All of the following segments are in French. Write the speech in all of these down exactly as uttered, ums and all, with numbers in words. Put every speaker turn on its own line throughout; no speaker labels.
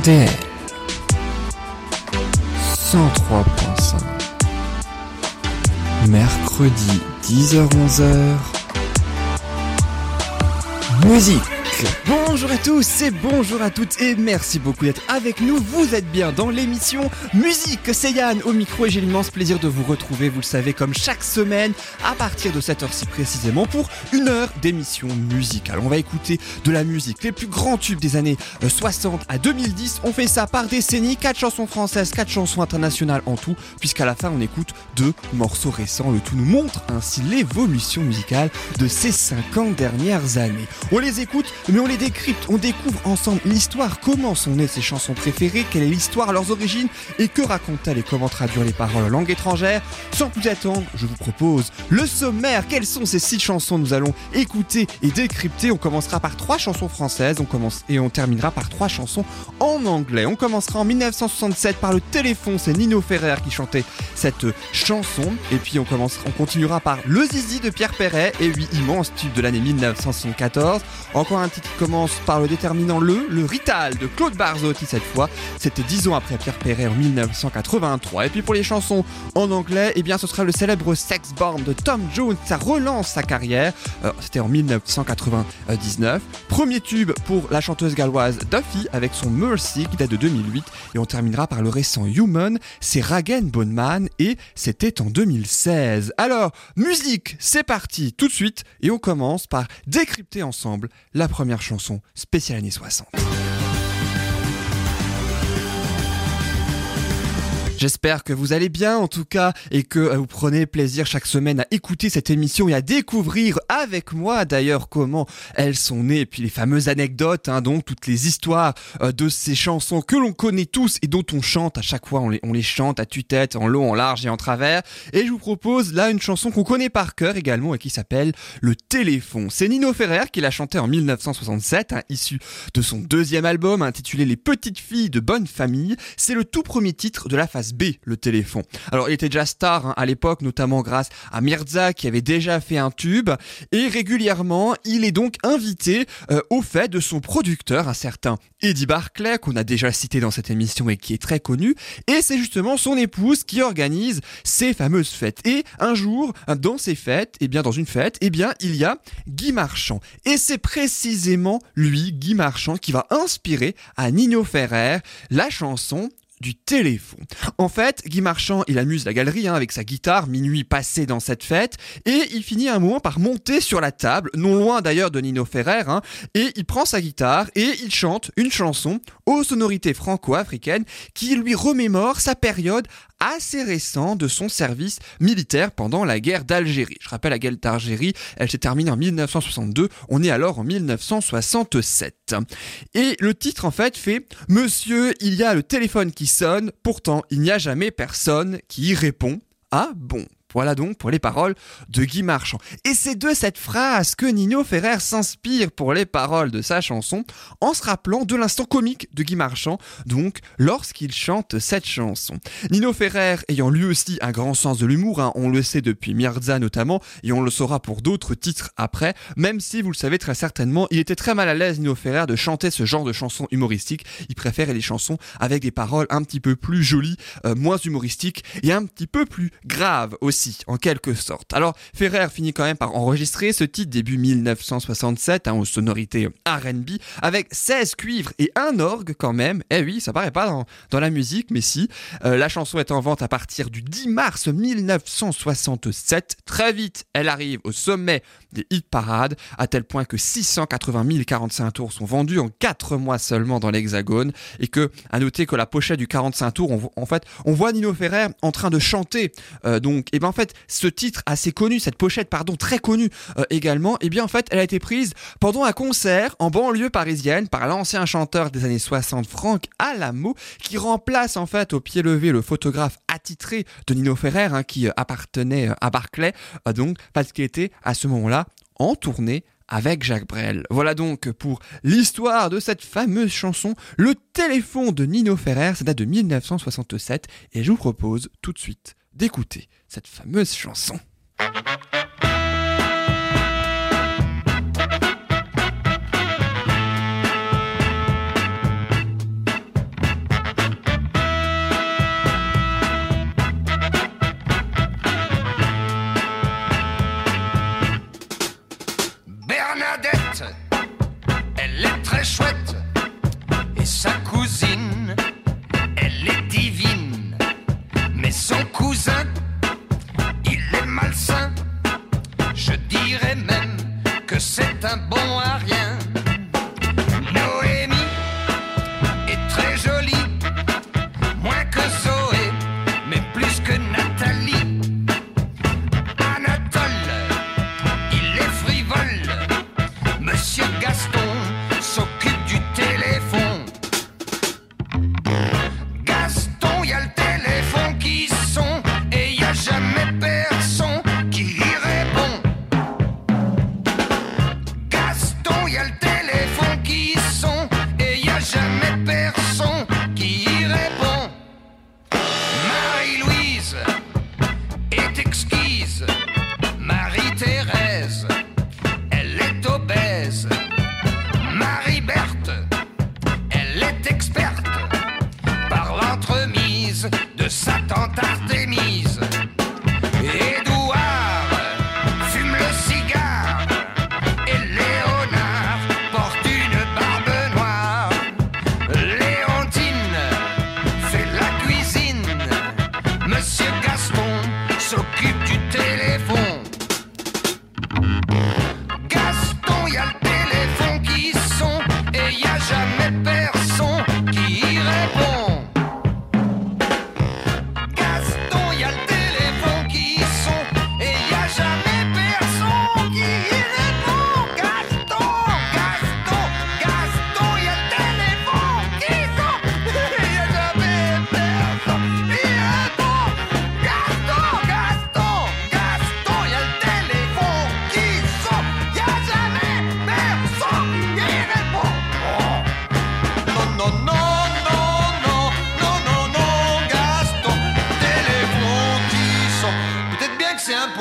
T L cent trois virgule cinq. Mercredi dix heures onze heures. Musique.
Bonjour à tous et bonjour à toutes et merci beaucoup d'être avec nous. Vous êtes bien dans l'émission Musique. C'est Yann au micro et j'ai l'immense plaisir de vous retrouver, vous le savez, comme chaque semaine à partir de cette heure-ci précisément pour une heure d'émission musicale. On va écouter de la musique, les plus grands tubes des années soixante à deux mille dix. On fait ça par décennie, quatre chansons françaises, quatre chansons internationales en tout, puisqu'à la fin on écoute deux morceaux récents. Le tout nous montre ainsi l'évolution musicale de ces cinquante dernières années. On les écoute mais on les décrypte, on découvre ensemble l'histoire, comment sont nées ces chansons préférées, quelle est l'histoire, leurs origines et que racontent-elles et comment traduire les paroles en langue étrangère. Sans plus attendre, je vous propose le sommaire. Quelles sont ces six chansons que nous allons écouter et décrypter? On commencera par trois chansons françaises on commence, et on terminera par trois chansons en anglais. On commencera en dix-neuf cent soixante-sept par Le Téléphone, c'est Nino Ferrer qui chantait cette chanson. Et puis on, commencera, on continuera par Le Zizi de Pierre Perret, et oui, immense tube de l'année dix-neuf cent soixante-quatorze. Encore un titre qui commence par le déterminant Le, le Rital de Claude Barzotti cette fois. C'était dix ans après Pierre Perret en dix-neuf cent quatre-vingt-trois. Et puis pour les chansons en anglais, eh bien ce sera le célèbre Sex Bomb de Tom Jones. Ça relance sa carrière. Euh, c'était en dix-neuf cent quatre-vingt-dix-neuf. Premier tube pour la chanteuse galloise Duffy avec son Mercy qui date de deux mille huit. Et on terminera par le récent Human. C'est Ragen Bonman et c'était en deux mille seize. Alors, musique, c'est parti tout de suite. Et on commence par décrypter ensemble la première chanson spéciale années soixante. J'espère que vous allez bien en tout cas et que vous prenez plaisir chaque semaine à écouter cette émission et à découvrir avec moi d'ailleurs comment elles sont nées et puis les fameuses anecdotes, hein, donc toutes les histoires euh, de ces chansons que l'on connaît tous et dont on chante à chaque fois, on les, on les chante à tue-tête, en long, en large et en travers. Et je vous propose là une chanson qu'on connaît par cœur également et qui s'appelle Le Téléphone. C'est Nino Ferrer qui l'a chantée en dix-neuf cent soixante-sept, hein, issu de son deuxième album intitulé Les Petites Filles de Bonne Famille. C'est le tout premier titre de la phase B, Le Téléphone. Alors il était déjà star hein, à l'époque, notamment grâce à Mirza qui avait déjà fait un tube, et régulièrement il est donc invité euh, au fait de son producteur, un certain Eddie Barclay, qu'on a déjà cité dans cette émission et qui est très connu, et c'est justement son épouse qui organise ces fameuses fêtes. Et un jour, dans ces fêtes, et eh bien dans une fête, et eh bien il y a Guy Marchand, et c'est précisément lui, Guy Marchand, qui va inspirer à Nino Ferrer la chanson du Téléphone. En fait, Guy Marchand, il amuse la galerie hein, avec sa guitare, minuit passé dans cette fête, et il finit un moment par monter sur la table, non loin d'ailleurs de Nino Ferrer, hein, et il prend sa guitare et il chante une chanson aux sonorités franco-africaines qui lui remémore sa période assez récente de son service militaire pendant la guerre d'Algérie. Je rappelle, la guerre d'Algérie, elle s'est terminée en dix-neuf cent soixante-deux, on est alors en dix-neuf cent soixante-sept. Et le titre en fait fait « Monsieur, il y a le téléphone qui sonne, pourtant il n'y a jamais personne qui y répond. Ah bon ?» Voilà donc pour les paroles de Guy Marchand. Et c'est de cette phrase que Nino Ferrer s'inspire pour les paroles de sa chanson, en se rappelant de l'instant comique de Guy Marchand, donc lorsqu'il chante cette chanson. Nino Ferrer ayant lui aussi un grand sens de l'humour, hein, on le sait depuis Mirza notamment, et on le saura pour d'autres titres après, même si vous le savez très certainement, il était très mal à l'aise Nino Ferrer de chanter ce genre de chansons humoristiques. Il préférait les chansons avec des paroles un petit peu plus jolies, euh, moins humoristiques et un petit peu plus graves aussi, en quelque sorte. Alors Ferrer finit quand même par enregistrer ce titre début dix-neuf cent soixante-sept hein, aux sonorités R and B avec seize cuivres et un orgue quand même. Eh oui, ça paraît pas dans, dans la musique, mais si. Euh, la chanson est en vente à partir du dix mars dix-neuf cent soixante-sept. Très vite, elle arrive au sommet des hit parades, à tel point que six cent quatre-vingt mille quarante-cinq tours sont vendus en quatre mois seulement dans l'Hexagone, et que, à noter que la pochette du quarante-cinq tours, on, en fait, on voit Nino Ferrer en train de chanter. Euh, donc, et ben en fait, ce titre assez connu, cette pochette, pardon, très connue euh, également, et bien en fait, elle a été prise pendant un concert en banlieue parisienne par l'ancien chanteur des années soixante, Franck Alamo, qui remplace en fait au pied levé le photographe attitré de Nino Ferrer, hein, qui euh, appartenait à Barclay, euh, donc parce qu'il était à ce moment-là en tournée avec Jacques Brel. Voilà donc pour l'histoire de cette fameuse chanson, Le Téléphone de Nino Ferrer. Ça date de dix-neuf cent soixante-sept et je vous propose tout de suite d'écouter cette fameuse chanson.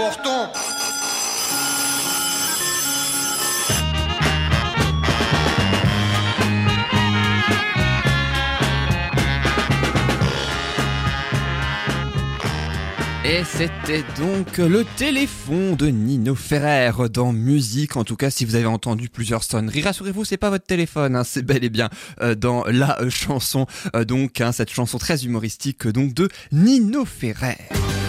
important.
Et c'était donc le téléphone de Nino Ferrer dans Musique. En tout cas, si vous avez entendu plusieurs sonneries, rassurez-vous, c'est pas votre téléphone, hein, c'est bel et bien euh, dans la euh, chanson, euh, donc hein, cette chanson très humoristique euh, donc de Nino Ferrer.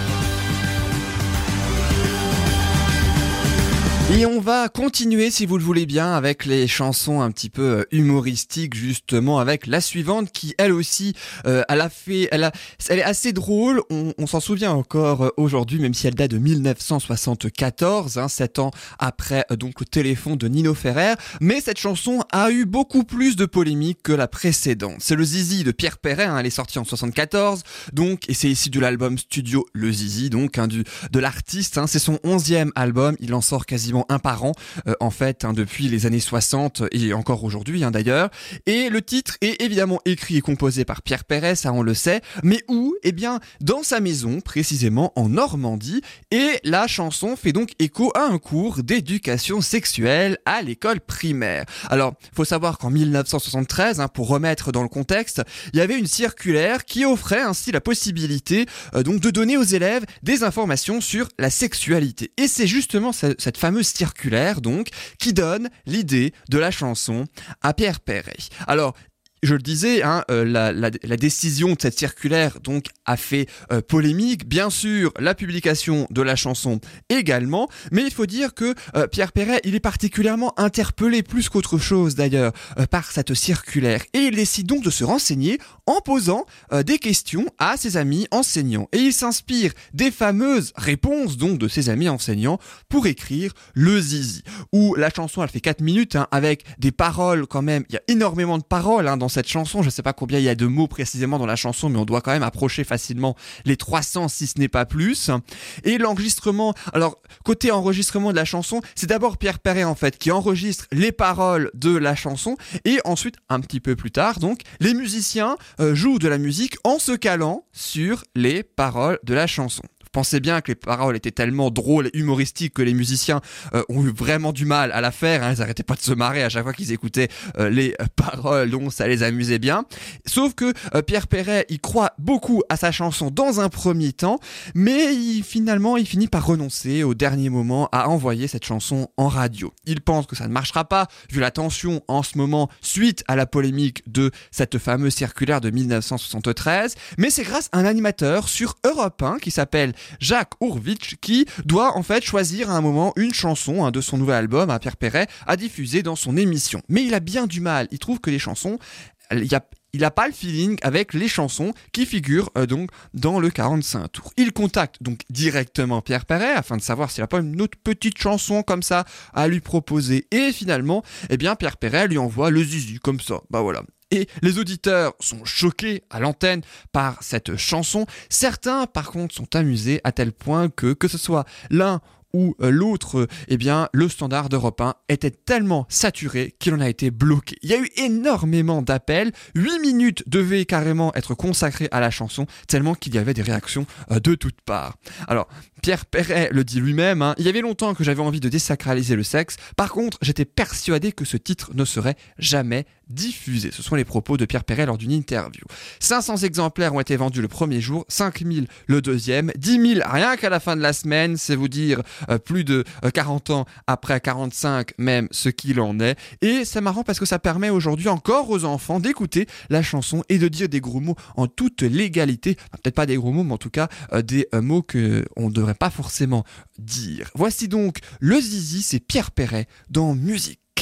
Et on va continuer, si vous le voulez bien, avec les chansons un petit peu humoristiques, justement, avec la suivante qui, elle aussi, euh, elle a fait, elle a, elle est assez drôle. On, on s'en souvient encore aujourd'hui, même si elle date de dix-neuf cent soixante-quatorze, hein, sept ans après euh, donc le téléphone de Nino Ferrer. Mais cette chanson a eu beaucoup plus de polémique que la précédente. C'est le Zizi de Pierre Perret, hein, elle est sortie en soixante-quatorze, donc, et c'est ici de l'album studio Le Zizi, donc, hein, du, de l'artiste. Hein, c'est son onzième album. Il en sort quasiment un par an euh, en fait hein, depuis les années soixante et encore aujourd'hui hein, d'ailleurs, et le titre est évidemment écrit et composé par Pierre Perret, ça on le sait, mais où? Eh bien dans sa maison, précisément en Normandie, et la chanson fait donc écho à un cours d'éducation sexuelle à l'école primaire. Alors faut savoir qu'en dix-neuf cent soixante-treize, hein, pour remettre dans le contexte, il y avait une circulaire qui offrait ainsi la possibilité euh, donc de donner aux élèves des informations sur la sexualité, et c'est justement cette fameuse circulaire donc qui donne l'idée de la chanson à Pierre Perret. Alors je le disais, hein, euh, la, la, la décision de cette circulaire donc a fait euh, polémique. Bien sûr, la publication de la chanson également, mais il faut dire que euh, Pierre Perret, il est particulièrement interpellé plus qu'autre chose d'ailleurs euh, par cette circulaire, et il décide donc de se renseigner en posant euh, des questions à ses amis enseignants, et il s'inspire des fameuses réponses donc de ses amis enseignants pour écrire le Zizi, où la chanson elle fait quatre minutes hein, avec des paroles quand même, il y a énormément de paroles hein, dans cette chanson, je sais pas combien il y a de mots précisément dans la chanson, mais on doit quand même approcher facilement les trois cents si ce n'est pas plus. Et l'enregistrement, alors côté enregistrement de la chanson, c'est d'abord Pierre Perret en fait qui enregistre les paroles de la chanson, et ensuite un petit peu plus tard donc les musiciens euh, jouent de la musique en se calant sur les paroles de la chanson. Pensez bien que les paroles étaient tellement drôles et humoristiques que les musiciens euh, ont eu vraiment du mal à la faire, hein. Ils arrêtaient pas de se marrer à chaque fois qu'ils écoutaient euh, les euh, paroles, donc ça les amusait bien. Sauf que euh, Pierre Perret, il croit beaucoup à sa chanson dans un premier temps, mais il, finalement il finit par renoncer au dernier moment à envoyer cette chanson en radio. Il pense que ça ne marchera pas, vu la tension en ce moment suite à la polémique de cette fameuse circulaire de dix-neuf cent soixante-treize, mais c'est grâce à un animateur sur Europe un qui s'appelle Jacques Hurwitz qui doit en fait choisir à un moment une chanson hein, de son nouvel album à Pierre Perret à diffuser dans son émission. Mais il a bien du mal, il trouve que les chansons, il y a il n'a pas le feeling avec les chansons qui figurent euh, donc dans le quarante-cinq tours. Il contacte donc directement Pierre Perret afin de savoir s'il n'a pas une autre petite chanson comme ça à lui proposer. Et finalement, eh bien Pierre Perret lui envoie le Zizi comme ça. Bah voilà. Et les auditeurs sont choqués à l'antenne par cette chanson. Certains, par contre, sont amusés à tel point que, que ce soit l'un ou l'autre, eh bien, le standard d'Europe un était tellement saturé qu'il en a été bloqué. Il y a eu énormément d'appels, huit minutes devaient carrément être consacrées à la chanson, tellement qu'il y avait des réactions de toutes parts. Alors, Pierre Perret le dit lui-même, hein, il y avait longtemps que j'avais envie de désacraliser le sexe, par contre, j'étais persuadé que ce titre ne serait jamais diffusé. Ce sont les propos de Pierre Perret lors d'une interview. cinq cents exemplaires ont été vendus le premier jour, cinq mille le deuxième, dix mille rien qu'à la fin de la semaine, c'est vous dire euh, plus de euh, quarante ans après, quarante-cinq même, ce qu'il en est. Et c'est marrant parce que ça permet aujourd'hui encore aux enfants d'écouter la chanson et de dire des gros mots en toute légalité. Enfin, peut-être pas des gros mots, mais en tout cas euh, des euh, mots qu'on ne devrait pas forcément dire. Voici donc le Zizi, c'est Pierre Perret dans Musique.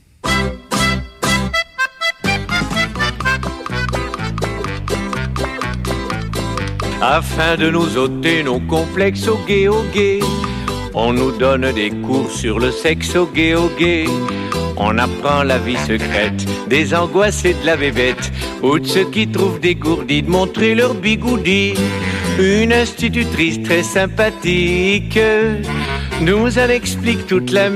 Afin de nous ôter nos complexes au gay au gay, on nous donne des cours sur le sexe au gay au gay. On apprend la vie secrète des angoisses et de la bébête, ou de ceux qui trouvent dégourdis de montrer leur bigoudi. Une institutrice très sympathique nous en explique toute la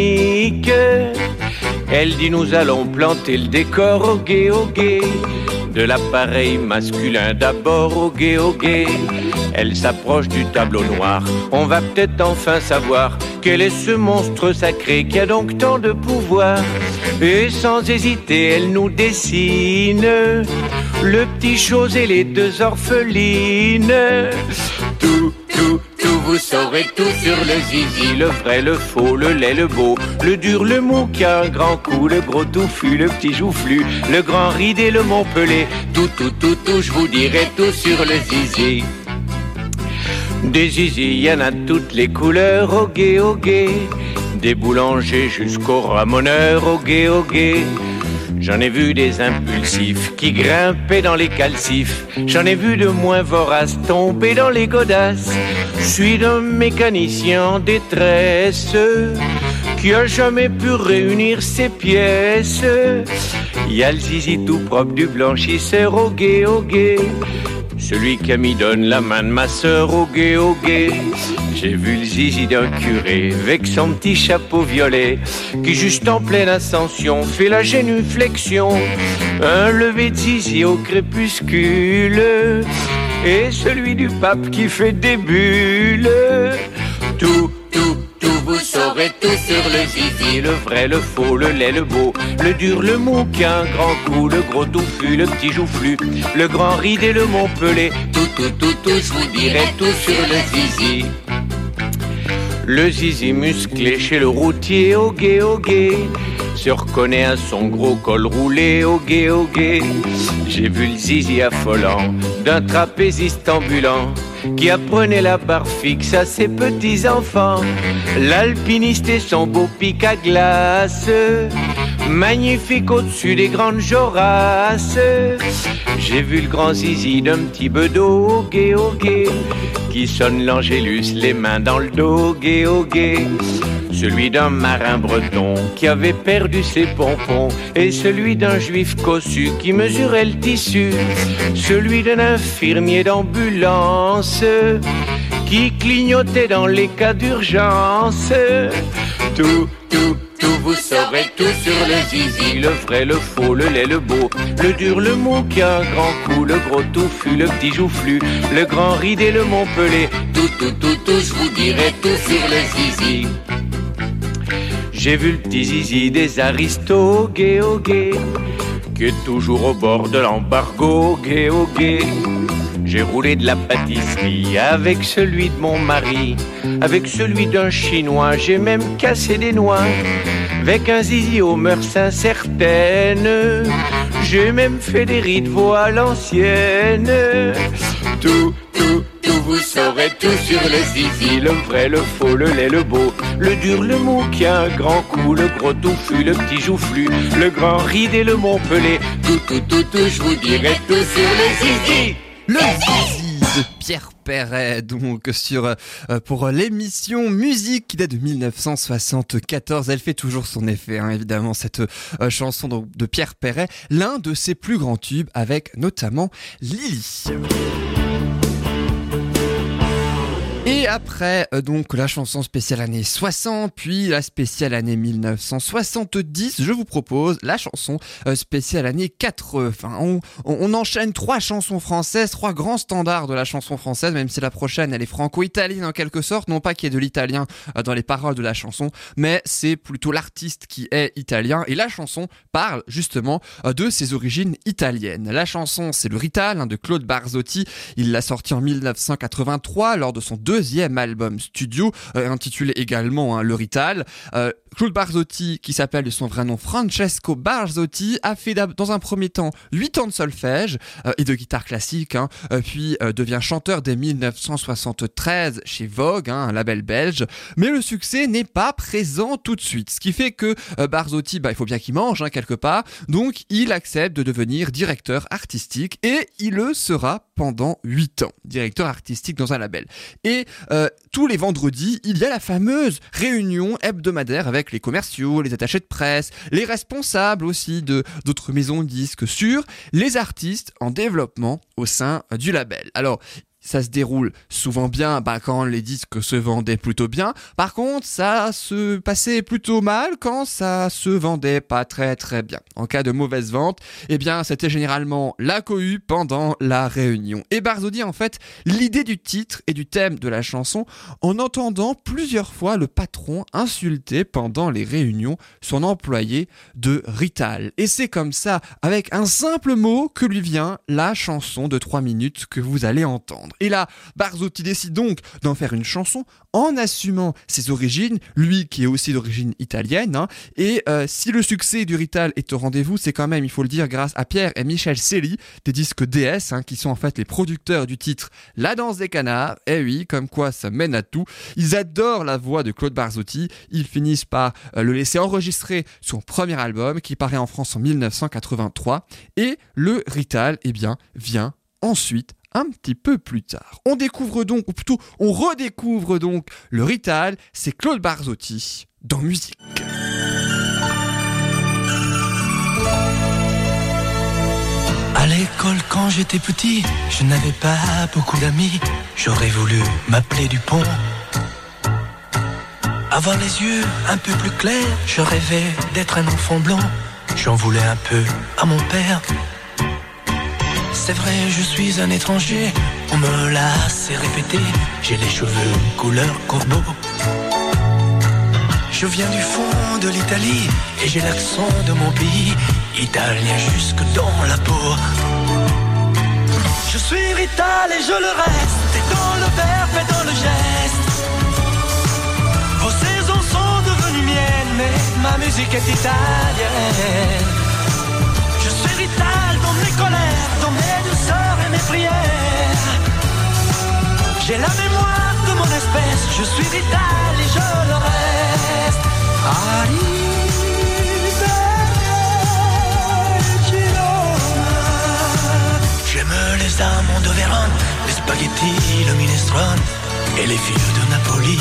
mécanique. Elle dit nous allons planter le décor au gay au gay. de l'appareil masculin. D'abord au gué, au gué, elle s'approche du tableau noir. On va peut-être enfin savoir quel est ce monstre sacré qui a donc tant de pouvoir. Et sans hésiter, elle nous dessine le petit chose et les deux orphelines. Tout, tout, tout, vous saurez tout sur le zizi, le vrai, le faux, le laid, le beau, le dur, le mou qui a un grand coup, le gros touffu, le petit joufflu, le grand ridé, le montpelé. Tout, tout, tout, tout, je vous dirai tout sur le zizi. Des zizi, y en a toutes les couleurs, au gué, au gué, des boulangers jusqu'aux ramoneurs, au gué, au gué. J'en ai vu des impulsifs qui grimpaient dans les calcifs. J'en ai vu de moins voraces tomber dans les godasses. Je suis d'un mécanicien en détresse qui a jamais pu réunir ses pièces. Y a le zizi tout propre du blanchisseur, au gué, au gué, celui qui me donne la main de ma sœur, au gué, au gué. J'ai vu le zizi d'un curé avec son petit chapeau violet qui juste en pleine ascension fait la génuflexion. Un lever de zizi au crépuscule et celui du pape qui fait des bulles. Tout, tout, tout, vous saurez tout sur le zizi, le vrai, le faux, le laid, le beau, le dur, le mou qui a un grand coup, le gros touffu, le petit joufflu, le grand ridé, le montpelé. Tout, tout, tout, tout, je vous dirai tout sur le zizi. Le zizi musclé chez le routier, au gué, au gué, se reconnaît à son gros col roulé, au gué, au gué. J'ai vu le zizi affolant d'un trapéziste ambulant qui apprenait la barre fixe à ses petits-enfants. L'alpiniste et son beau pic à glace, magnifique au-dessus des grandes jorasses. J'ai vu le grand zizi d'un petit bedeau, au gué, au gué, qui sonne l'angélus, les mains dans le dos, gué, au gué. Celui d'un marin breton qui avait perdu ses pompons, et celui d'un juif cossu qui mesurait le tissu. Celui d'un infirmier d'ambulance qui clignotait dans les cas d'urgence. Tout, tout, tout, vous saurez tout sur le zizi, le vrai, le faux, le laid, le beau, le dur, le mou qui a un grand coup, le gros touffu, le petit joufflu, le grand ridé, le montpelé. Tout, tout, tout, tout, je vous dirai tout sur le zizi. J'ai vu le petit zizi des aristos, gué, au gué, qui est toujours au bord de l'embargo, gué, au gué. J'ai roulé de la pâtisserie avec celui de mon mari, avec celui d'un chinois, j'ai même cassé des noix, avec un zizi aux mœurs incertaines, j'ai même fait des rides voix à l'ancienne. Tout, tout, tout, vous saurez tout sur le zizi, le vrai, le faux, le laid, le beau, le dur, le mou qui a un grand coup, le gros touffu, le petit joufflu, le grand ridé, le montpelé. Tout, tout, tout, tout, je vous dirai tout sur le zizi.
Le zizi de Pierre Perret, donc sur euh, pour l'émission Musique qui date de dix-neuf cent soixante-quatorze. Elle fait toujours son effet, hein, évidemment, cette euh, chanson donc, de Pierre Perret, l'un de ses plus grands tubes, avec notamment Lily. Et après, euh, donc, la chanson spéciale année soixante, puis la spéciale année dix-neuf cent soixante-dix, je vous propose la chanson euh, spéciale année quatre-vingts. On, on, on enchaîne trois chansons françaises, trois grands standards de la chanson française, même si la prochaine, elle est franco-italienne en quelque sorte. Non pas qu'il y ait de l'italien euh, dans les paroles de la chanson, mais c'est plutôt l'artiste qui est italien. Et la chanson parle justement euh, de ses origines italiennes. La chanson, c'est le Rital, hein, de Claude Barzotti. Il l'a sorti en dix-neuf cent quatre-vingt-trois lors de son deuxième album studio, euh, intitulé également hein, Le Rital. Euh, Claude Barzotti, qui s'appelle de son vrai nom Francesco Barzotti, a fait dans un premier temps huit ans de solfège euh, et de guitare classique, hein, euh, puis euh, devient chanteur dès dix-neuf cent soixante-treize chez Vogue, hein, un label belge. Mais le succès n'est pas présent tout de suite, ce qui fait que euh, Barzotti, bah, il faut bien qu'il mange hein, quelque part, donc il accepte de devenir directeur artistique et il le sera pendant huit ans, directeur artistique dans un label. Et euh, tous les vendredis, il y a la fameuse réunion hebdomadaire avec les commerciaux, les attachés de presse, les responsables aussi de d'autres maisons de disques sur les artistes en développement au sein du label. Alors, ça se déroule souvent bien bah, quand les disques se vendaient plutôt bien. Par contre, ça se passait plutôt mal quand ça se vendait pas très très bien. En cas de mauvaise vente, eh bien, c'était généralement la cohue pendant la réunion. Et Barsotti, en fait, l'idée du titre et du thème de la chanson en entendant plusieurs fois le patron insulter pendant les réunions son employé de Rital. Et c'est comme ça, avec un simple mot, que lui vient la chanson de trois minutes que vous allez entendre. Et là, Barsotti décide donc d'en faire une chanson en assumant ses origines, lui qui est aussi d'origine italienne. Hein, et euh, si le succès du Rital est au rendez-vous, c'est quand même, il faut le dire, grâce à Pierre et Michel Celi, des disques D S, hein, qui sont en fait les producteurs du titre La Danse des Canards. Et oui, comme quoi ça mène à tout. Ils adorent la voix de Claude Barsotti. Ils finissent par euh, le laisser enregistrer son premier album qui paraît en France en dix-neuf cent quatre-vingt-trois. Et le Rital, eh bien, vient ensuite un petit peu plus tard. On découvre donc, ou plutôt on redécouvre donc le Rital, c'est Claude Barsotti dans Musique.
À l'école quand j'étais petit, je n'avais pas beaucoup d'amis. J'aurais voulu m'appeler Dupont. Avoir les yeux un peu plus clairs, je rêvais d'être un enfant blanc. J'en voulais un peu à mon père. C'est vrai, je suis un étranger, on me l'a assez répété. J'ai les cheveux couleur corbeau. Je viens du fond de l'Italie et j'ai l'accent de mon pays, italien jusque dans la peau. Je suis Rital et je le reste, et dans le verbe et dans le geste. Vos saisons sont devenues miennes, mais ma musique est italienne. Je suis Rital dans mes colères, dans mes douceurs et mes prières. J'ai la mémoire de mon espèce, je suis Rital et je le reste. J'aime les amants de Vérone, les spaghettis, le minestrone et les filles de Napoli.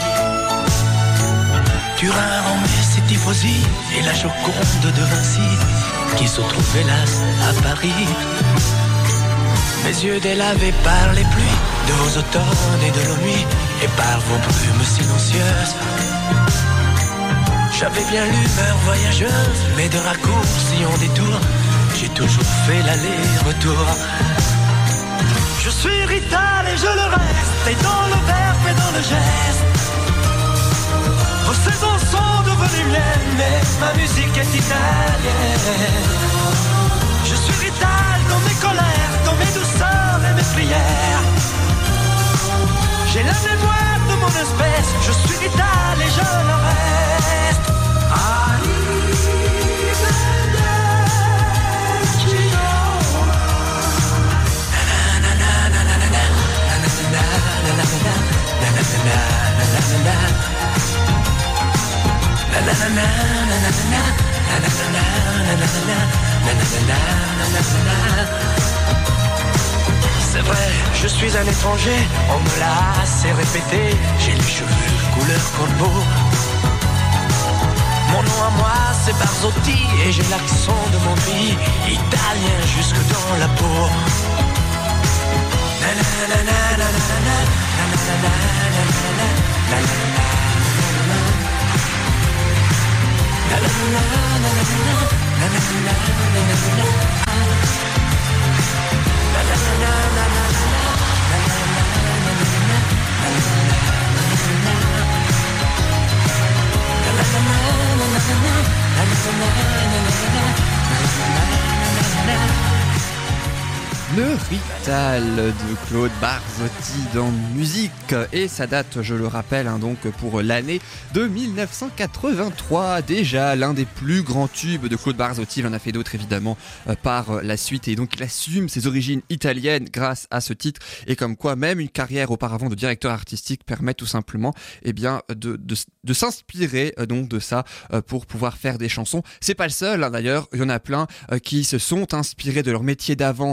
Turin, Rome et ses tifosi et la Joconde de Vinci qui se trouve hélas à Paris. Mes yeux délavés par les pluies de vos automnes et de nos nuits et par vos brumes silencieuses. J'avais bien l'humeur voyageuse, mais de raccourcis en détour, j'ai toujours fait l'aller-retour. Je suis Rital et je le reste, et dans le verbe et dans le geste. Vos saisons sont devenues miennes, mais ma musique est italienne. Je suis Rital dans mes colères, dans mes douceurs et mes prières. J'ai la mémoire de mon espèce, je suis Rital et je le reste. C'est vrai, je suis un étranger, on me l'a assez répété. J'ai les cheveux couleur corbeau. Mon nom à moi c'est Barsotti et j'ai l'accent de mon pays, italien jusque dans la peau.
Le Rital de Claude Barsotti dans Musique, et ça date, je le rappelle, hein, donc pour l'année de dix-neuf cent quatre-vingt-trois, déjà l'un des plus grands tubes de Claude Barsotti. Il en a fait d'autres évidemment euh, par la suite, et donc il assume ses origines italiennes grâce à ce titre, et comme quoi même une carrière auparavant de directeur artistique permet tout simplement eh bien, de, de, de s'inspirer euh, donc de ça euh, pour pouvoir faire des chansons. C'est pas le seul, hein, d'ailleurs, il y en a plein euh, qui se sont inspirés de leur métier d'avant euh,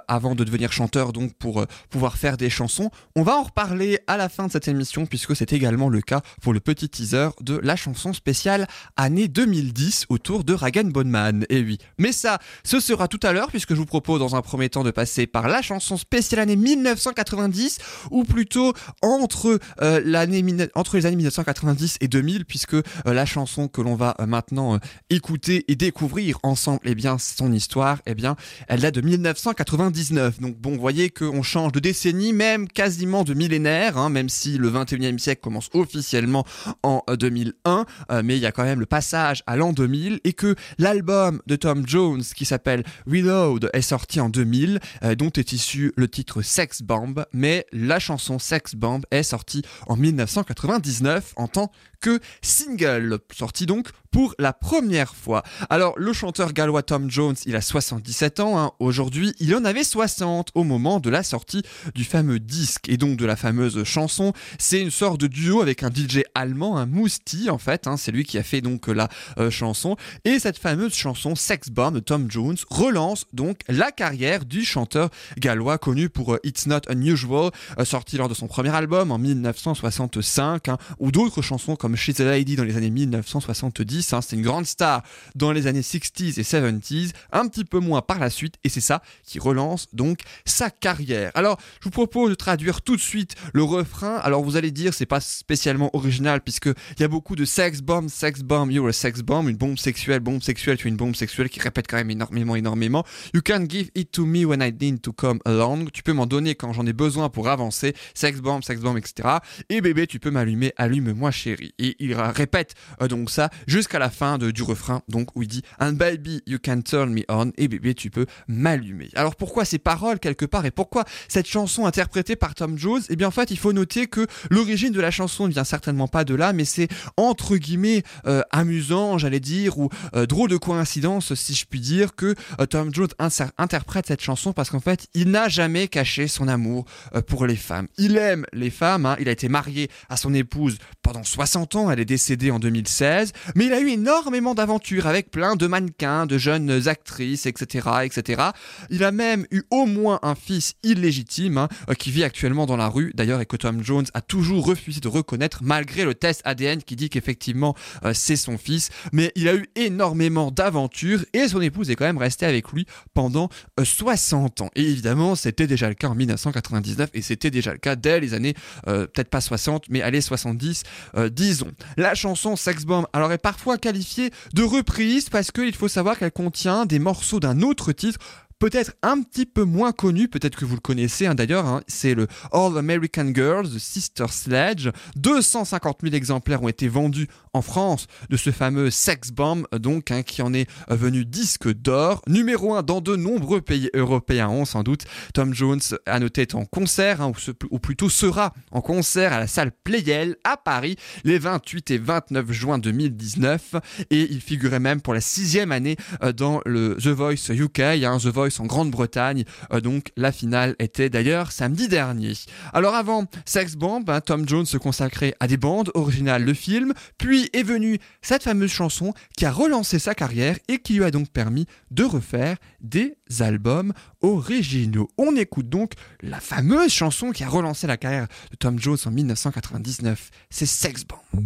avant de devenir chanteur, donc pour euh, pouvoir faire des chansons. On va en reparler à la fin de cette émission puisque c'est également le cas pour le petit teaser de la chanson spéciale année deux mille dix autour de Rag and Bone Man. Et oui, mais ça, ce sera tout à l'heure puisque je vous propose dans un premier temps de passer par la chanson spéciale année dix-neuf cent quatre-vingt-dix, ou plutôt entre, euh, l'année, entre les années dix-neuf cent quatre-vingt-dix et deux mille, puisque euh, la chanson que l'on va euh, maintenant euh, écouter et découvrir ensemble, eh bien, son histoire, eh bien, elle date de dix-neuf cent quatre-vingt-dix-neuf. Donc bon, vous voyez qu'on change de décennie, même quasiment de millénaire, hein, même si le vingt et unième siècle commence officiellement en euh, deux mille un, euh, mais il y a quand même le passage à l'an deux mille, et que l'album de Tom Jones qui s'appelle Reload est sorti en deux mille, euh, dont est issu le titre Sex Bomb, mais la chanson Sex Bomb est sortie en dix-neuf cent quatre-vingt-dix-neuf en tant que single, sorti donc pour la première fois. Alors, le chanteur gallois Tom Jones, il a soixante-dix-sept ans, hein. Aujourd'hui, il en avait soixante au moment de la sortie du fameux disque, et donc de la fameuse chanson. C'est une sorte de duo avec un D J allemand, un Mousti, en fait, hein. C'est lui qui a fait donc la euh, chanson, et cette fameuse chanson Sex Bomb de Tom Jones relance donc la carrière du chanteur gallois connu pour euh, It's Not Unusual, euh, sorti lors de son premier album en dix-neuf cent soixante-cinq, hein, ou d'autres chansons comme She's a Lady dans les années dix-neuf cent soixante-dix, hein. C'est une grande star dans les années sixties et seventies, un petit peu moins par la suite, et c'est ça qui relance donc sa carrière. Alors, je vous propose de traduire tout de suite le refrain. Alors, vous allez dire, c'est pas spécialement original, puisque il y a beaucoup de sex bomb, sex bomb, you're a sex bomb, une bombe sexuelle, bombe sexuelle, tu es une bombe sexuelle, qui répète quand même énormément, énormément. You can give it to me when I need to come along. Tu peux m'en donner quand j'en ai besoin pour avancer. Sex bomb, sex bomb, et cetera. Et bébé, tu peux m'allumer, allume-moi chérie. Et il répète euh, donc ça jusqu'à la fin de, du refrain, donc où il dit And baby, you can turn me on. Et bébé, tu peux m'allumer. Alors pourquoi ces paroles quelque part, et pourquoi cette chanson interprétée par Tom Jones? Eh bien en fait, il faut noter que l'origine de la chanson ne vient certainement pas de là, mais c'est entre guillemets euh, amusant, j'allais dire, ou euh, drôle de coïncidence, si je puis dire, que euh, Tom Jones inser- interprète cette chanson, parce qu'en fait, il n'a jamais caché son amour euh, pour les femmes. Il aime les femmes, hein. Il a été marié à son épouse pendant soixante ans, elle est décédée en deux mille seize, mais il a eu énormément d'aventures avec plein de mannequins, de jeunes actrices, et cetera, et cetera. Il a même eu au moins un fils illégitime, hein, qui vit actuellement dans la rue, d'ailleurs, et que Tom Jones a toujours refusé de reconnaître, malgré le test A D N qui dit qu'effectivement euh, c'est son fils. Mais il a eu énormément d'aventures, et son épouse est quand même restée avec lui pendant euh, soixante ans. Et évidemment, c'était déjà le cas en dix-neuf cent quatre-vingt-dix-neuf, et c'était déjà le cas dès les années, euh, peut-être pas soixante, mais allez, soixante-dix, euh, disons. La chanson Sex Bomb, alors, est parfois qualifiée de reprise, parce qu'il faut savoir qu'elle contient des morceaux d'un autre titre, peut-être un petit peu moins connu, peut-être que vous le connaissez, hein, d'ailleurs, hein, c'est le All American Girls de Sister Sledge. deux cent cinquante mille exemplaires ont été vendus en France de ce fameux Sex Bomb, donc, hein, qui en est venu disque d'or, numéro un dans de nombreux pays européens, on sans doute. Tom Jones a noté être en concert, hein, ou, ce, ou plutôt sera en concert à la salle Playel à Paris les vingt-huit et vingt-neuf juin deux mille dix-neuf, et il figurait même pour la sixième année euh, dans le The Voice U K, hein, The Voice en Grande-Bretagne, euh, donc la finale était d'ailleurs samedi dernier. Alors avant Sex Bomb, hein, Tom Jones se consacrait à des bandes originales de films, puis est venue cette fameuse chanson qui a relancé sa carrière et qui lui a donc permis de refaire des albums originaux. On écoute donc la fameuse chanson qui a relancé la carrière de Tom Jones en dix-neuf cent quatre-vingt-dix-neuf, c'est Sex Bomb.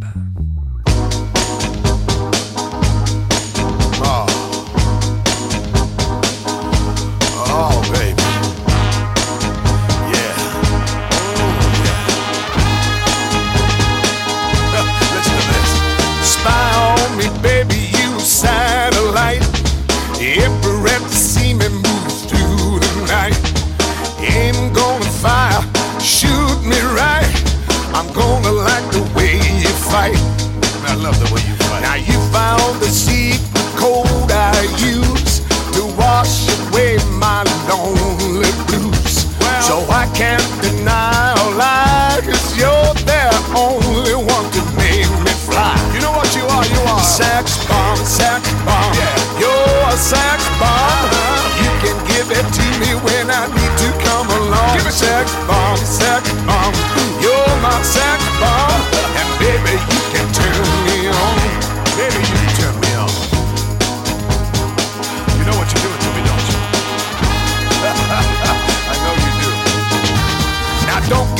Oh. Oh, baby. Yeah. Oh, yeah. Listen to this. Spy on me, baby, you satellite. Ever at to see me move through the night. Aim gonna fire, shoot me right. I'm gonna like the way you fight. I love the way you fight. Now you found the secret code I use to wash away my lonely blues. Well, so I can't deny or lie, 'cause you're the only one to make me fly. You know what you are, you are sex bomb, sex bomb. Yeah. You're a sex bomb. Uh-huh. You can give it to me when I need to come along. Give it sex bomb, sex bomb. You're my sex bomb. And baby, you can turn me on. Baby, you can turn me on. You know what you're doing to me, don't you?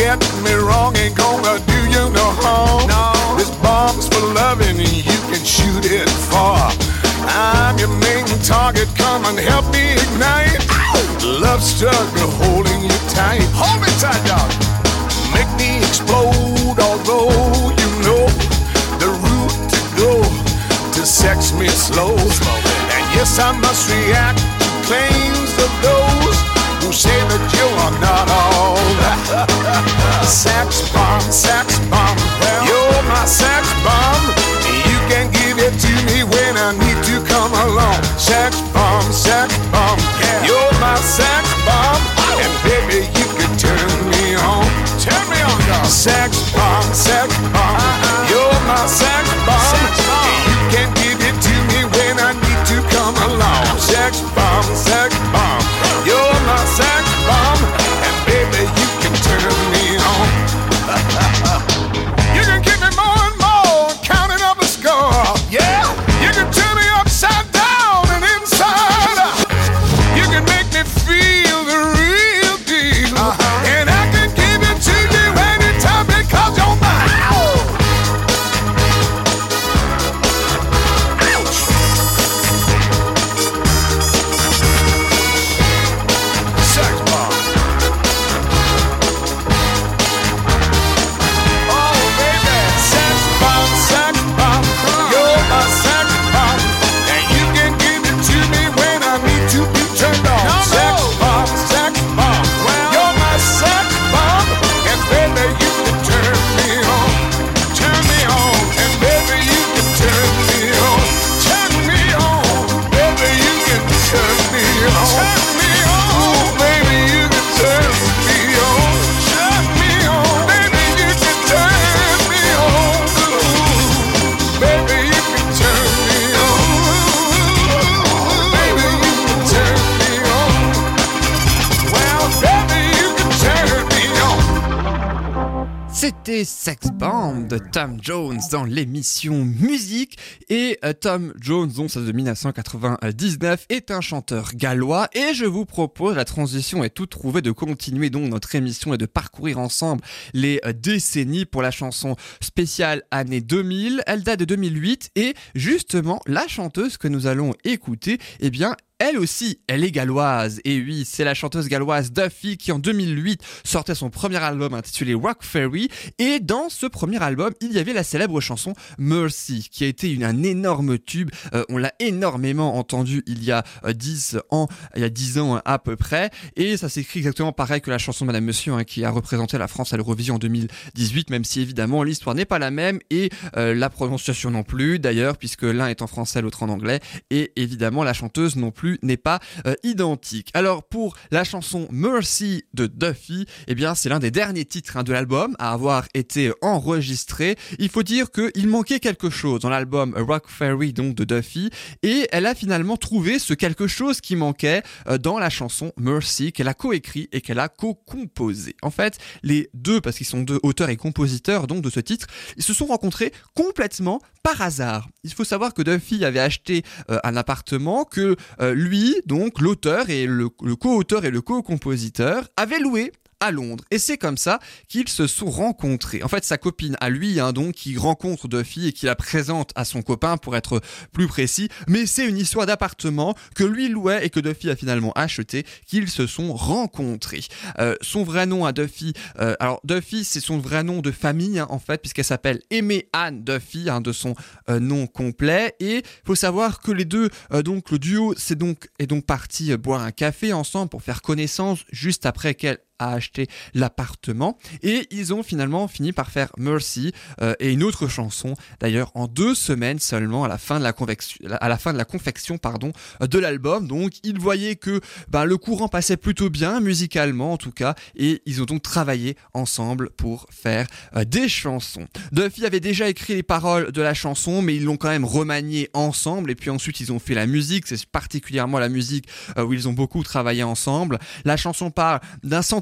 get me wrong, ain't gonna do you no harm. No. This bomb's for loving and you can shoot it far. I'm your main target, come and help me ignite. Love struggle holding you tight. Hold me tight, dog. Make me explode, although you know the route to go to sex me slow. And yes, I must react to claims of those who say that you are not all that. Sex bomb, sex bomb, you're my sex bomb. You can give it to me when I need to come along. Sex bomb, sex bomb, yeah. You're my sex bomb, and baby you can turn me on. Turn me on, dog. Sex bomb, sex bomb, uh-uh. You're my sex bomb. Sex bomb. You can give it to me when I need to come along. Sex bomb, sex bomb, you're my sex bomb, and baby you can turn me on. You can give me more and more, counting up a score. Yeah, you can turn me upside down and inside out. You can make me feel the real deal, uh-huh. And I can give it to you anytime because you're mine. Ouch. Sex bomb. Oh baby, sex bomb, sex bomb. You're my sex bomb, and you can give it to me when I need to be turned on. No, sex no. bomb, sex bomb. Well, you're my sex bomb, and baby you can turn me on, turn me on, and baby you can turn me on, turn me on, baby you can turn me on, turn me on, baby you can turn me on, turn me on, baby you can turn me on, baby you can turn me on, baby you can turn me on, well baby you can turn me on.
C'était Sex Bomb de Tom Jones dans l'émission Musique. Et euh, Tom Jones, dont ça de dix-neuf cent quatre-vingt-dix-neuf, est un chanteur gallois. Et je vous propose, la transition est toute trouvée, de continuer donc notre émission et de parcourir ensemble les euh, décennies pour la chanson spéciale année deux mille. Elle date de deux mille huit et justement, la chanteuse que nous allons écouter, eh bien, elle aussi, elle est galloise. Et oui, c'est la chanteuse galloise Duffy qui en deux mille huit sortait son premier album intitulé Rock Ferry. Et dans ce premier album, il y avait la célèbre chanson Mercy qui a été une, un énorme tube. Euh, on l'a énormément entendu il y a euh, dix ans, il y a dix ans à peu près. Et ça s'écrit exactement pareil que la chanson de Madame Monsieur hein, qui a représenté la France à l'Eurovision en deux mille dix-huit, même si évidemment l'histoire n'est pas la même et euh, la prononciation non plus d'ailleurs, puisque l'un est en français, l'autre en anglais. Et évidemment la chanteuse non plus n'est pas euh, identique. Alors pour la chanson Mercy de Duffy, eh bien c'est l'un des derniers titres hein, de l'album à avoir été enregistré. Il faut dire qu'il manquait quelque chose dans l'album Rock Ferry donc de Duffy, et elle a finalement trouvé ce quelque chose qui manquait euh, dans la chanson Mercy qu'elle a coécrit et qu'elle a co-composé. En fait, les deux, parce qu'ils sont deux auteurs et compositeurs donc de ce titre, ils se sont rencontrés complètement par hasard. Il faut savoir que Duffy avait acheté euh, un appartement que euh, lui, donc l'auteur et le, le co-auteur et le co-compositeur, avaient loué à Londres. Et c'est comme ça qu'ils se sont rencontrés. En fait, sa copine à lui, hein, donc, qui rencontre Duffy et qui la présente à son copain pour être plus précis. Mais c'est une histoire d'appartement que lui louait et que Duffy a finalement acheté, qu'ils se sont rencontrés. Euh, son vrai nom à Duffy, euh, alors Duffy, c'est son vrai nom de famille, hein, en fait, puisqu'elle s'appelle Aimée Anne Duffy, hein, de son euh, nom complet. Et faut savoir que les deux, euh, donc le duo, c'est donc est donc parti euh, boire un café ensemble pour faire connaissance juste après qu'elle a acheté l'appartement, et ils ont finalement fini par faire Mercy euh, et une autre chanson d'ailleurs en deux semaines seulement à la fin de la confection, à la fin de la confection pardon de l'album. Donc ils voyaient que ben, le courant passait plutôt bien musicalement en tout cas, et ils ont donc travaillé ensemble pour faire euh, des chansons. Duffy avait déjà écrit les paroles de la chanson, mais ils l'ont quand même remanié ensemble, et puis ensuite ils ont fait la musique. C'est particulièrement la musique euh, où ils ont beaucoup travaillé ensemble. La chanson parle d'un sentiment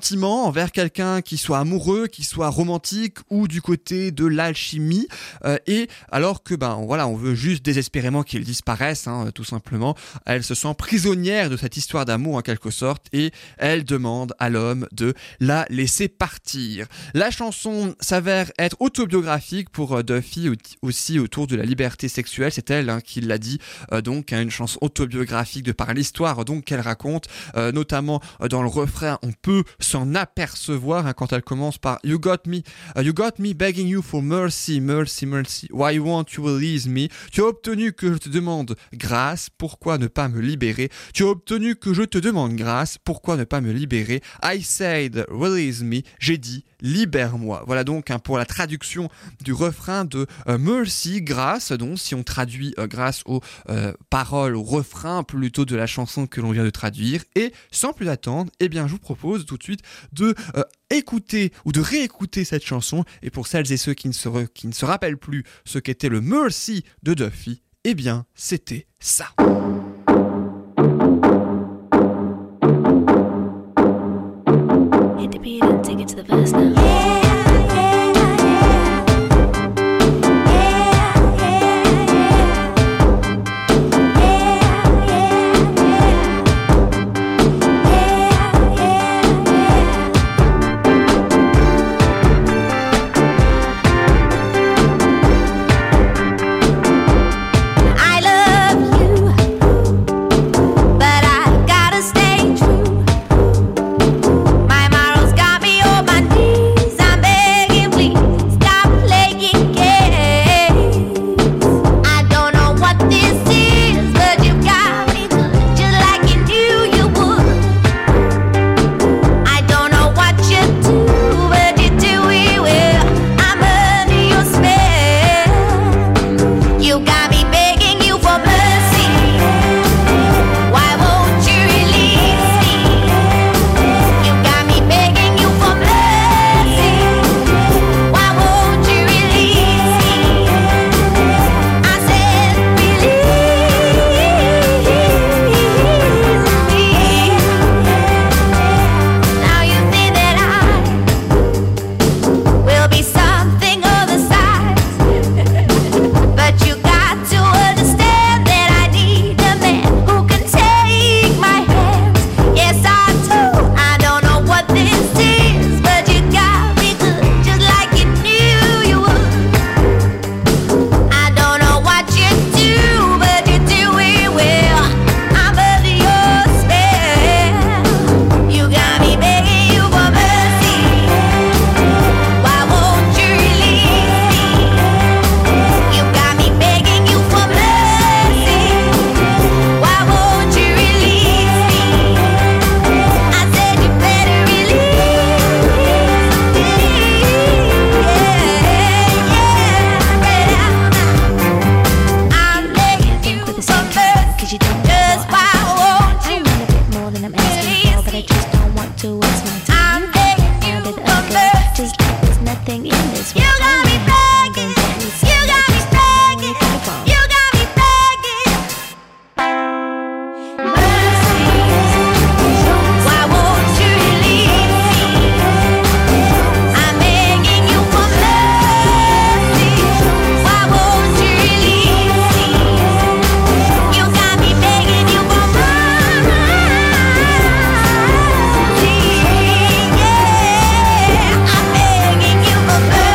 sentiments envers quelqu'un, qui soit amoureux, qui soit romantique ou du côté de l'alchimie. Euh, et alors que ben voilà, on veut juste désespérément qu'il disparaisse, hein, tout simplement. Elle se sent prisonnière de cette histoire d'amour en quelque sorte et elle demande à l'homme de la laisser partir. La chanson s'avère être autobiographique pour euh, Duffy aussi autour de la liberté sexuelle. C'est elle hein, qui l'a dit euh, donc hein, une chanson autobiographique de par l'histoire donc qu'elle raconte, euh, notamment euh, dans le refrain on peut s'en apercevoir hein, quand elle commence par You got me, uh, you got me begging you for mercy, mercy, mercy. Why won't you release me? Tu as obtenu que je te demande grâce, pourquoi ne pas me libérer? Tu as obtenu que je te demande grâce, pourquoi ne pas me libérer? I said release me, j'ai dit libère-moi. Voilà donc hein, pour la traduction du refrain de euh, Mercy, grâce, donc si on traduit euh, grâce aux euh, paroles, au refrain plutôt de la chanson que l'on vient de traduire. Et sans plus attendre, eh bien je vous propose tout de suite de euh, écouter ou de réécouter cette chanson. Et pour celles et ceux qui ne se, re, qui ne se rappellent plus ce qu'était le Mercy de Duffy, eh bien c'était ça.
Hit the beat and take it to the verse now.
I'm begging you for mercy.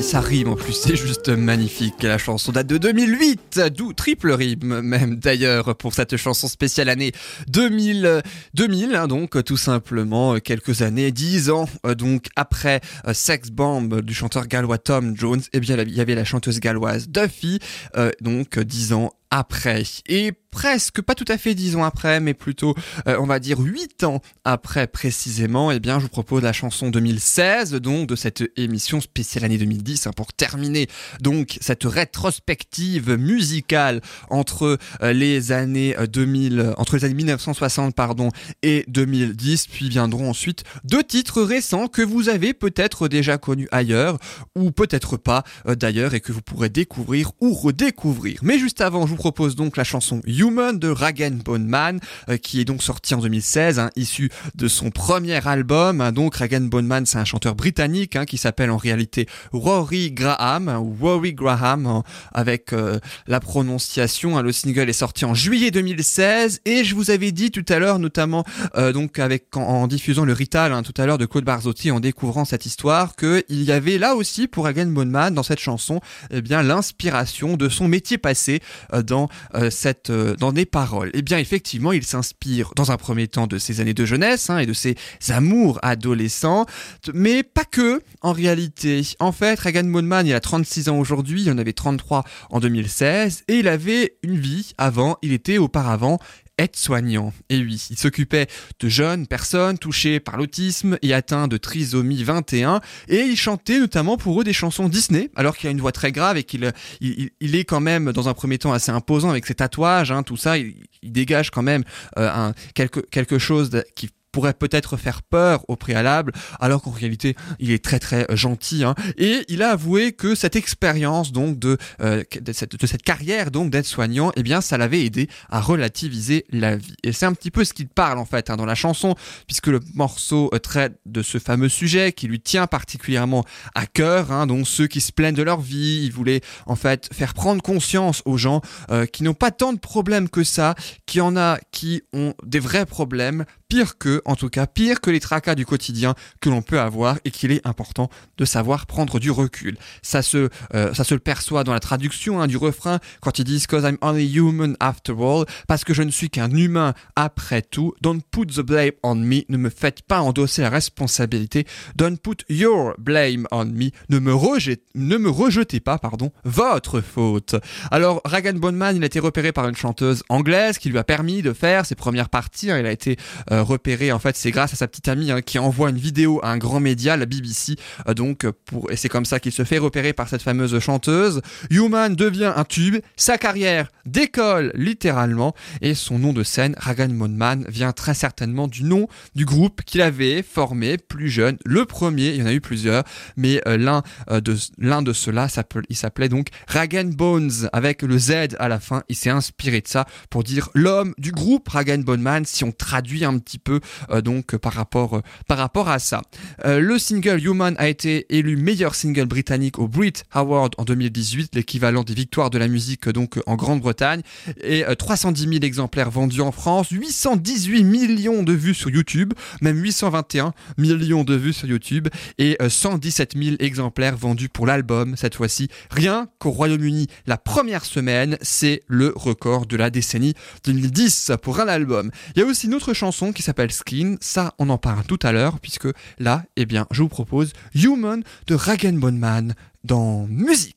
ça rime en plus, c'est juste magnifique. La chanson date de deux mille huit, d'où triple rime même d'ailleurs pour cette chanson spéciale année deux mille, deux mille hein, donc tout simplement quelques années, dix ans donc après euh, Sex Bomb du chanteur gallois Tom Jones, et eh bien il y avait la chanteuse galloise Duffy, euh, donc dix ans après. Et presque, pas tout à fait dix ans après, mais plutôt, euh, on va dire huit ans après précisément, eh bien, je vous propose la chanson deux mille seize, donc, de cette émission spéciale année deux mille dix, hein, pour terminer, donc, cette rétrospective musicale entre euh, les années deux mille, entre les années mille neuf cent soixante, pardon, et deux mille dix, puis viendront ensuite deux titres récents que vous avez peut-être déjà connus ailleurs, ou peut-être pas, euh, d'ailleurs, et que vous pourrez découvrir ou redécouvrir. Mais juste avant, je vous propose donc la chanson Human de Rag and Bone Man, euh, qui est donc sortie en deux mille seize, hein, issue de son premier album. Hein, donc Rag and Bone Man, c'est un chanteur britannique hein, qui s'appelle en réalité Rory Graham, hein, ou Rory Graham, hein, avec euh, la prononciation. Hein, le single est sorti en juillet deux mille seize, et je vous avais dit tout à l'heure, notamment euh, donc avec en, en diffusant le Rital hein, tout à l'heure de Claude Barzotti, en découvrant cette histoire, que il y avait là aussi pour Rag and Bone Man dans cette chanson, eh bien l'inspiration de son métier passé euh, dans dans euh, cette euh, dans des paroles. Eh bien effectivement, il s'inspire dans un premier temps de ses années de jeunesse hein, et de ses amours adolescents, mais pas que en réalité. En fait, Rag and Bone Man, il a trente-six ans aujourd'hui, il en avait trente-trois en deux mille seize, et il avait une vie avant, il était auparavant aide-soignant. Et oui, il s'occupait de jeunes personnes touchées par l'autisme et atteintes de trisomie vingt et un, et il chantait notamment pour eux des chansons Disney, alors qu'il a une voix très grave et qu'il il, il est quand même dans un premier temps assez imposant avec ses tatouages, hein, tout ça, il, il dégage quand même euh, un, quelque, quelque chose de, qui pourrait peut-être faire peur au préalable, alors qu'en réalité il est très très gentil hein. Et il a avoué que cette expérience donc de, euh, de, cette, de cette carrière donc d'aide-soignant, eh bien ça l'avait aidé à relativiser la vie. Et c'est un petit peu ce qu'il parle en fait hein, dans la chanson, puisque le morceau euh, traite de ce fameux sujet qui lui tient particulièrement à cœur, hein, donc ceux qui se plaignent de leur vie. Il voulait en fait faire prendre conscience aux gens euh, qui n'ont pas tant de problèmes que ça, qu'il y en a qui ont des vrais problèmes, pire que, en tout cas, pire que les tracas du quotidien que l'on peut avoir, et qu'il est important de savoir prendre du recul. Ça se, euh, ça se le perçoit dans la traduction hein, du refrain quand ils disent « Cause I'm only human after all », parce que je ne suis qu'un humain après tout. « Don't put the blame on me », ne me faites pas endosser la responsabilité. « Don't put your blame on me », ne me rejetez, ne me rejetez pas, pardon, votre faute. Alors, Rag and Bone Man, il a été repéré par une chanteuse anglaise qui lui a permis de faire ses premières parties. Hein, il a été euh, repéré, en fait, c'est grâce à sa petite amie hein, qui envoie une vidéo à un grand média, la B B C, euh, donc pour et c'est comme ça qu'il se fait repérer par cette fameuse chanteuse. Human devient un tube, sa carrière décolle littéralement, et son nom de scène, Rag and Bone Man, vient très certainement du nom du groupe qu'il avait formé plus jeune. Le premier, il y en a eu plusieurs, mais euh, l'un euh, de l'un de ceux-là, il s'appelait donc Rag and Bones avec le Z à la fin. Il s'est inspiré de ça pour dire l'homme du groupe Rag and Bone Man, si on traduit un petit peu euh, donc par rapport euh, par rapport à ça. Euh, le single Human a été élu meilleur single britannique au Brit Award en deux mille dix-huit, l'équivalent des victoires de la musique donc en Grande-Bretagne, et euh, trois cent dix mille exemplaires vendus en France, huit cent dix-huit millions de vues sur YouTube, même huit cent vingt et un millions de vues sur YouTube, et euh, cent dix-sept mille exemplaires vendus pour l'album cette fois-ci. Rien qu'au Royaume-Uni, la première semaine, c'est le record de la décennie deux mille dix pour un album. Il y a aussi une autre chanson qui s'appelle Skin, ça on en parle tout à l'heure, puisque là, eh bien, je vous propose Human de Rag and Bone Man dans Musique.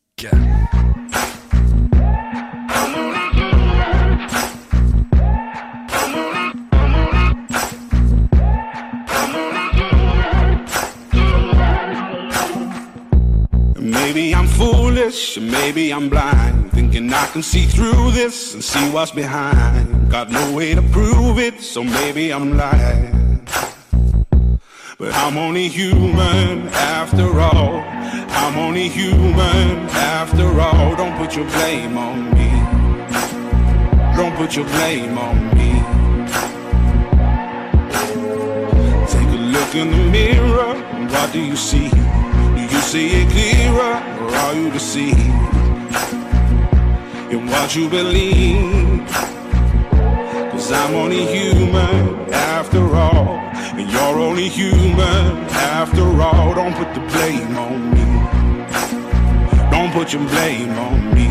Maybe I'm foolish, maybe I'm blind, thinking I can see through this and see what's behind. Got no way to prove it, so maybe I'm lying. But I'm only human after all. I'm only human after all. Don't put your blame on me. Don't put your blame on me. Take a look in the mirror, and what do you see? You see it clearer, or are you deceived in what you believe? Cause I'm only human after all, and you're only human after all. Don't put the blame on me. put your blame on me.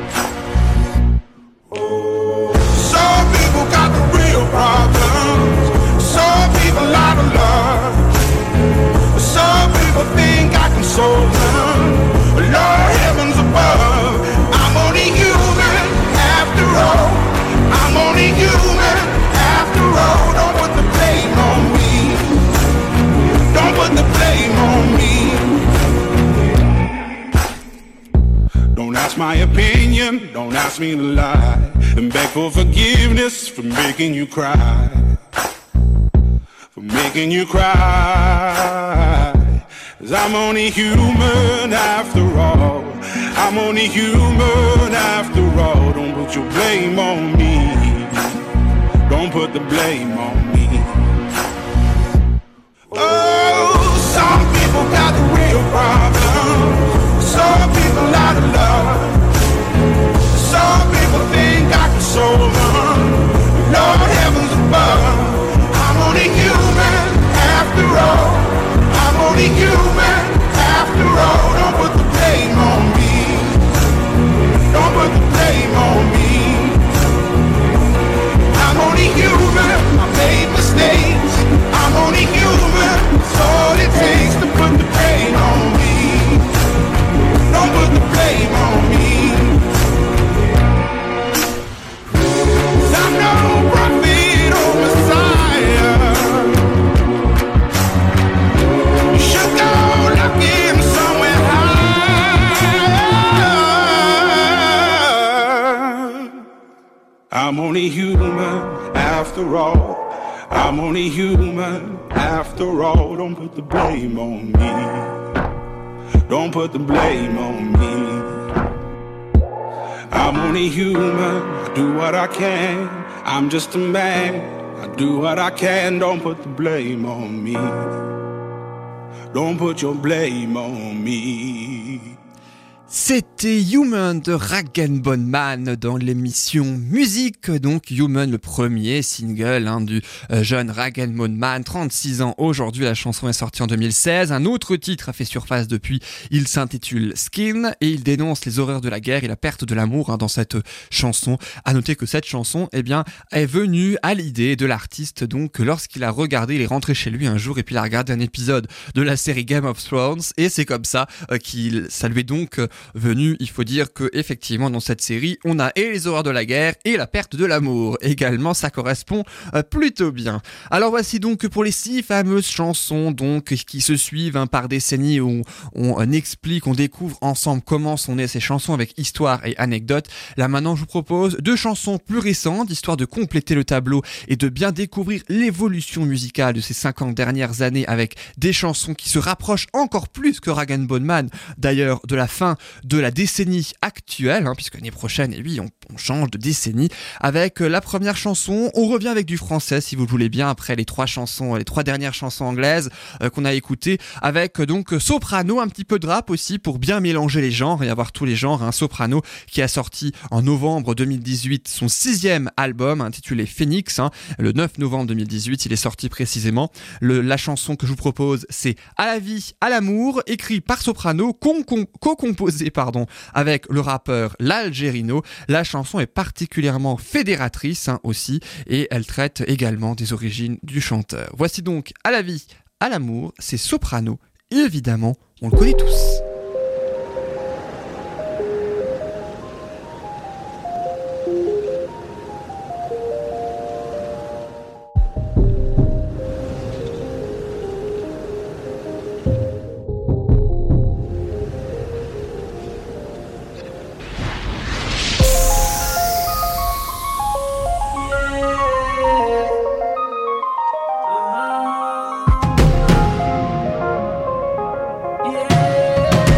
Some people got the real problems. Some people out of love. Some people think I can solve them. Lord heavens above, I'm only human after all. I'm only human after all. Don't put the blame on me. Don't put the blame on me. Don't ask my opinion, don't ask me to lie, and beg for forgiveness for making you cry, for making you cry. 'Cause I'm only human after all. I'm only human after all. Don't put your blame on me. Don't put the blame on me. Oh, some people got the real problem. Some people out of love. Some people think I can solve them. Lord heavens above, I'm only human after all. I'm only human after all. Don't put the blame on me. Don't put the blame on me. I'm only human. I made mistakes. I'm only human. It's all it takes to put the blame on me. Don't put the blame on me. 'Cause I'm no prophet or Messiah. You should go looking somewhere higher. I'm only human after all. I'm only human after all. Don't put the blame on me. Don't put the blame on me. I'm only human. I do what I can. I'm just a man. I do what I can. Don't put the blame on me. Don't put your blame on me.
C'était Human de Rag and Bone Man dans l'émission Musique, donc Human, le premier single hein, du euh, jeune Rag and Bone Man, trente-six ans aujourd'hui, la chanson est sortie en deux mille seize, un autre titre a fait surface depuis, il s'intitule Skin et il dénonce les horreurs de la guerre et la perte de l'amour hein, dans cette chanson. À noter que cette chanson eh bien, est venue à l'idée de l'artiste donc lorsqu'il a regardé, il est rentré chez lui un jour et puis il a regardé un épisode de la série Game of Thrones et c'est comme ça euh, qu'il, ça lui est donc euh, venu, il faut dire que effectivement dans cette série on a et les horreurs de la guerre et la perte de l'amour également, ça correspond euh, plutôt bien. Alors voici donc pour les six fameuses chansons donc qui se suivent hein, par décennies où on, on explique, on découvre ensemble comment sont nées ces chansons avec histoire et anecdotes. Là maintenant je vous propose deux chansons plus récentes histoire de compléter le tableau et de bien découvrir l'évolution musicale de ces cinquante dernières années avec des chansons qui se rapprochent encore plus que Rag and Bone Man d'ailleurs de la fin de la décennie actuelle, hein, puisque l'année prochaine, et oui, on, on change de décennie. Avec euh, la première chanson, on revient avec du français, si vous le voulez bien, après les trois chansons, les trois dernières chansons anglaises euh, qu'on a écoutées, avec euh, donc Soprano, un petit peu de rap aussi pour bien mélanger les genres et avoir tous les genres. Un hein. Soprano qui a sorti en novembre deux mille dix-huit son sixième album intitulé Phoenix. Hein, le neuf novembre deux mille dix-huit, il est sorti précisément. Le, la chanson que je vous propose, c'est À la vie, à l'amour, écrit par Soprano, co-composé pardon, avec le rappeur l'Algérino. La chanson est particulièrement fédératrice hein, aussi et elle traite également des origines du chanteur. Voici donc À la vie, à l'amour, c'est Soprano et évidemment on le connaît tous.
Yeah.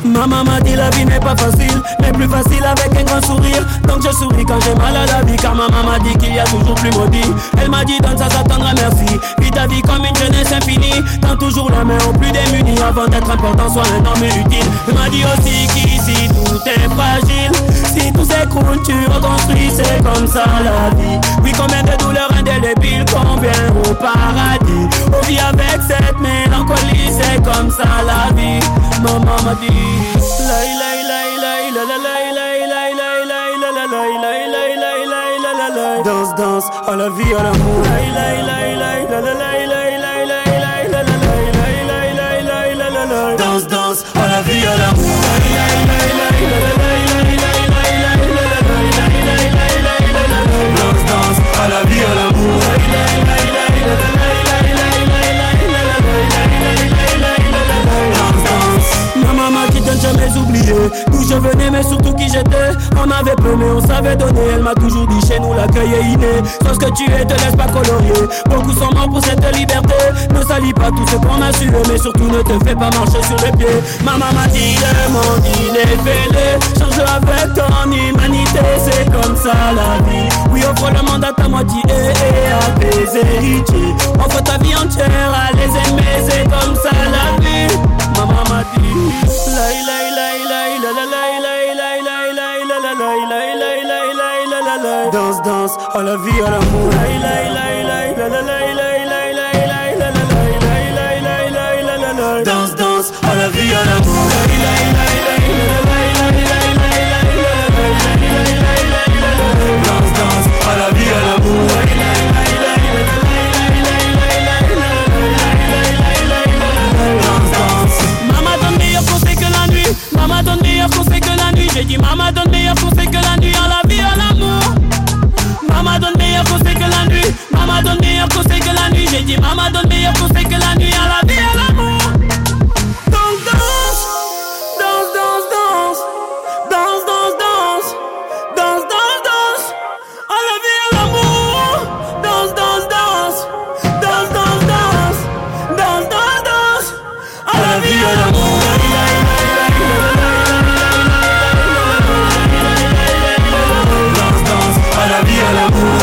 Maman m'a dit la vie n'est pas facile, mais plus facile avec un grand sourire. Donc je souris quand j'ai mal à la vie, car maman m'a dit qu'il y a toujours plus maudit. Elle m'a dit donne ça, ça t'attendra, merci. Vis ta vie comme une jeunesse infinie. Tends toujours la main aux plus démunis. Avant d'être important, sois un homme utile. Elle m'a dit aussi qu'ici tout est fragile. Si tout s'écroule, tu reconstruis, c'est comme ça la vie. Oui, combien de douleurs indélébiles, combien au paradis. On vit avec cette mélancolie, c'est comme ça la vie. Maman m'a dit la la la la la la la la la la la. Danse, danse, à la vie, à l'amour. Danse, danse, à la vie, à l'amour. Danse, danse, à la vie, à l'amour. Ma maman qui t'a jamais oublié d'où je venais mais surtout qui j'étais. On avait peu mais on savait donner. Elle m'a toujours dit chez nous l'accueil est inné. Sois ce que tu es, te laisse pas colorier. Beaucoup sont morts pour cette liberté. Ne salis pas tout ce qu'on a su, mais surtout ne te fais pas marcher sur les pieds. Maman m'a dit le monde il est fêlé. Change avec ton humanité, c'est comme ça la vie. Oui, offre le monde à ta moitié et à tes héritiers. Offre ta vie entière à les aimer, c'est comme ça la vie. Maman m'a dit la la la la la la la la la la la la la. Danse, danse, à la vie, à l'amour. La la la la la la la la. Danse, danse, à la vie, à l'amour. Danse, danse, à la vie, à l'amour. Maman donne meilleur conseil que la nuit. Maman donne meilleur conseil que la nuit. J'ai dit maman donne meilleur conseil que la nuit. À la vie, à l'amour. Maman donne meilleur conseil que la nuit. Maman donne meilleur conseil que la nuit. J'ai dit maman donne meilleur conseil que la nuit. À la vie, à l'amour. Donc danse, danse, danse, danse. Danse, danse, danse. Danse, danse, danse. À la vie, à l'amour. Danse, danse, danse. Danse, danse, danse. Danse, danse, danse. À la vie, à l'amour. Danse, danse. À la vie, à l'amour.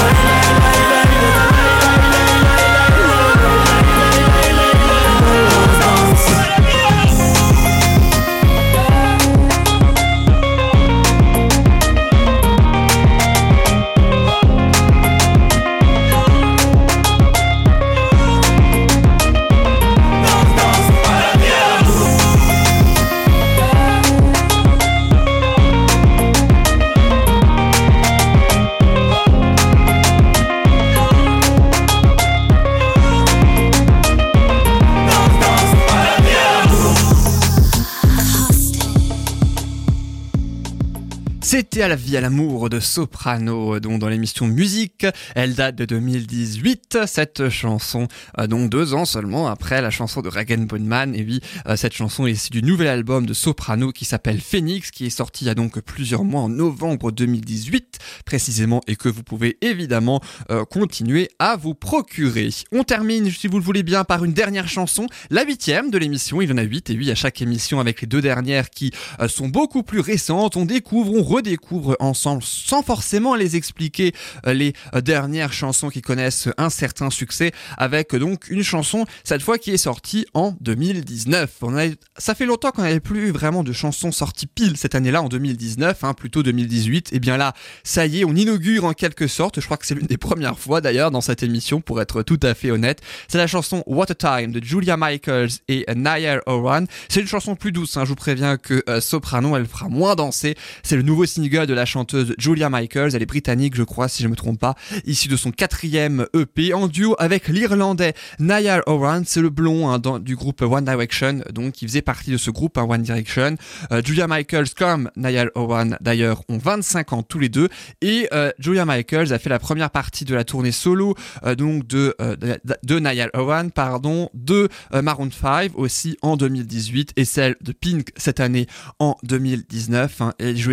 C'était à la vie à l'amour de Soprano, donc dans l'émission Musique. Elle date de deux mille dix-huit, cette chanson, euh, donc deux ans seulement après la chanson de Regan Bondman. Et oui, euh, cette chanson est issue du nouvel album de Soprano qui s'appelle Phoenix, qui est sorti il y a donc plusieurs mois, en novembre deux mille dix-huit précisément, et que vous pouvez évidemment euh, continuer à vous procurer. On termine, si vous le voulez bien, par une dernière chanson, la huitième de l'émission. Il y en a huit, et oui, à chaque émission avec les deux dernières qui euh, sont beaucoup plus récentes. On découvre, on redécouvre ensemble sans forcément les expliquer euh, les euh, dernières chansons qui connaissent un certain succès, avec euh, donc une chanson cette fois qui est sortie en deux mille dix-neuf. On a, ça fait longtemps qu'on n'avait plus vraiment de chansons sorties pile cette année-là en deux mille dix-neuf, hein, plutôt deux mille dix-huit. Et bien là, ça y est, on inaugure en quelque sorte, je crois que c'est l'une des premières fois d'ailleurs dans cette émission pour être tout à fait honnête. C'est la chanson What a Time de Julia Michaels et Niall Horan. C'est une chanson plus douce, hein, je vous préviens que euh, Soprano, elle fera moins danser. C'est le nouveau single de la chanteuse Julia Michaels, elle est britannique je crois si je me trompe pas, issue de son quatrième E P en duo avec l'Irlandais Niall Horan. C'est le blond hein, dans, du groupe One Direction, donc qui faisait partie de ce groupe hein, One Direction. Euh, Julia Michaels comme Niall Horan d'ailleurs ont vingt-cinq ans tous les deux, et euh, Julia Michaels a fait la première partie de la tournée solo euh, donc de, euh, de, de Niall Horan, pardon, de euh, Maroon cinq aussi en deux mille dix-huit, et celle de Pink cette année en deux mille dix-neuf, hein, et Julia Michaels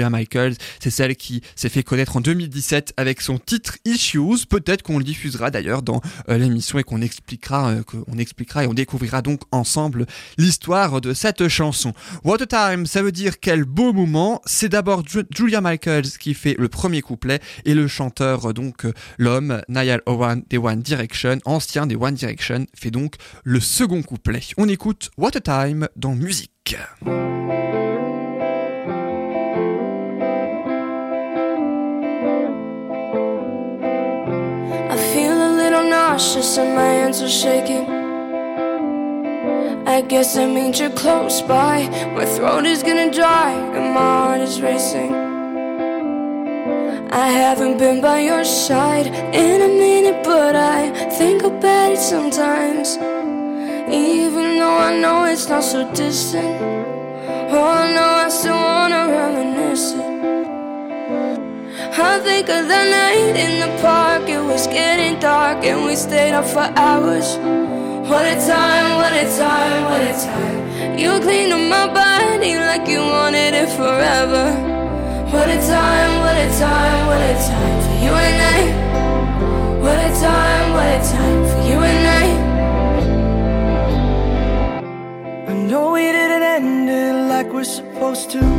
Michaels, c'est celle qui s'est fait connaître en deux mille dix-sept avec son titre Issues. Peut-être qu'on le diffusera d'ailleurs dans euh, l'émission et qu'on expliquera, euh, qu'on expliquera et on découvrira donc ensemble l'histoire de cette chanson. What a time, ça veut dire quel beau moment. C'est d'abord Ju- Julia Michaels qui fait le premier couplet et le chanteur, donc euh, l'homme, Niall Horan des One Direction, ancien des One Direction, fait donc le second couplet. On écoute What a time dans musique.
I feel a little nauseous and my hands are shaking. I guess that means you're close by. My throat is gonna dry and my heart is racing. I haven't been by your side in a minute, but I think about it sometimes. Even though I know it's not so distant, oh no, I still wanna reminisce it. I think of the night in the park, it was getting dark and we stayed up for hours. What a time, what a time, what a time. You cleaned up my body like you wanted it forever. What a time, what a time, what a time for you and I. What a time, what a time for you and I.
I know we didn't end it like we're supposed to,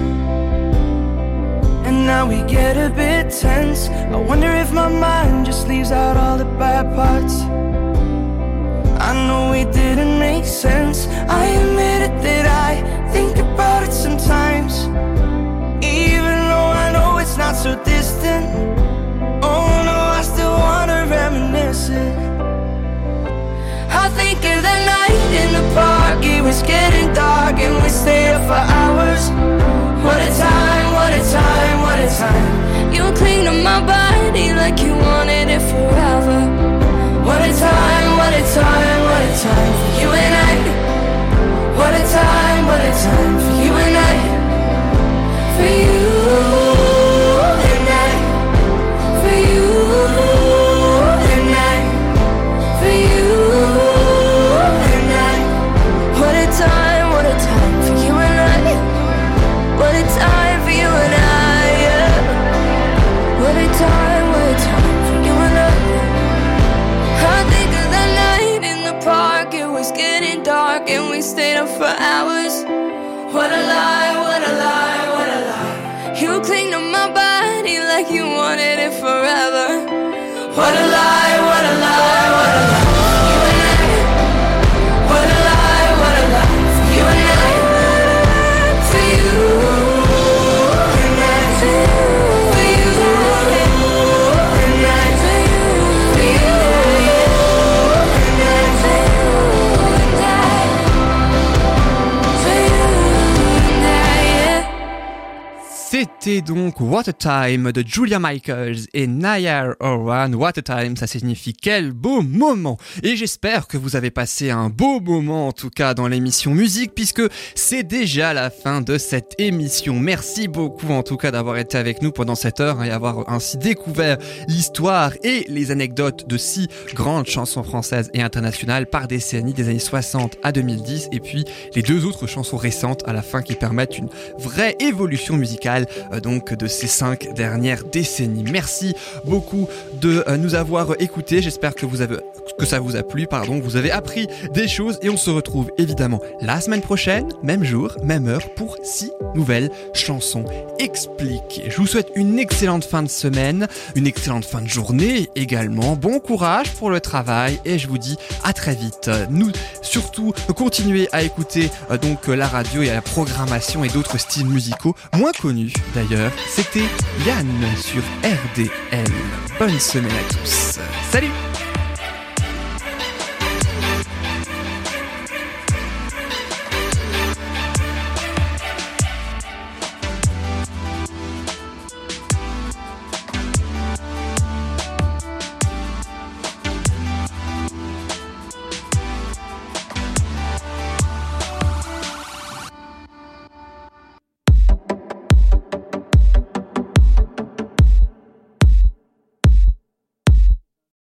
and now we get a bit tense. I wonder if my mind just leaves out all the bad parts. I know we didn't make sense. I admit it that I think about it sometimes. Even though I know it's not so distant, oh no, I still wanna reminisce it.
I think of the night in the park, it was getting dark and we stayed up for hours. What a time, what a time, what a time. You cleaned up my body like you wanted it forever. What a time, what a time, what a time for you and I. What a time, what a time for you and I. For you and I. For you and I. For you and I. What a time, what a time for you and I. What a time for you and I, yeah. What a time, what a time for you and I. I think of the night in the park, it was getting dark and we stayed up for hours. What a lie, what a lie, what a lie. You cleaned up my body like you wanted it forever. What a lie, what a lie, what a lie. You and I. What a lie, what a lie. You and I. For you and I. For you and I. For you and I. For you and I. For you and I, yeah.
C'était donc What a Time de Julia Michaels et Niall Horan. What a Time, ça signifie quel beau moment. Et j'espère que vous avez passé un beau moment, en tout cas dans l'émission musique, puisque c'est déjà la fin de cette émission. Merci beaucoup en tout cas d'avoir été avec nous pendant cette heure et avoir ainsi découvert l'histoire et les anecdotes de six grandes chansons françaises et internationales par décennie, des années soixante à deux mille dix, et puis les deux autres chansons récentes à la fin qui permettent une vraie évolution musicale euh, donc de ces cinq dernières décennies. Merci beaucoup de euh, nous avoir écoutés. J'espère que vous avez que ça vous a plu, pardon, vous avez appris des choses et on se retrouve évidemment la semaine prochaine, même jour, même heure pour six nouvelles chansons expliquées. Je vous souhaite une excellente fin de semaine, une excellente fin de journée également. Bon courage pour le travail et je vous dis à très vite. Nous surtout continuez à écouter euh, donc la radio et la programmation et d'autres styles musicaux moins connus d'ailleurs. C'était Yann sur R D L. Bonne semaine à tous. Salut.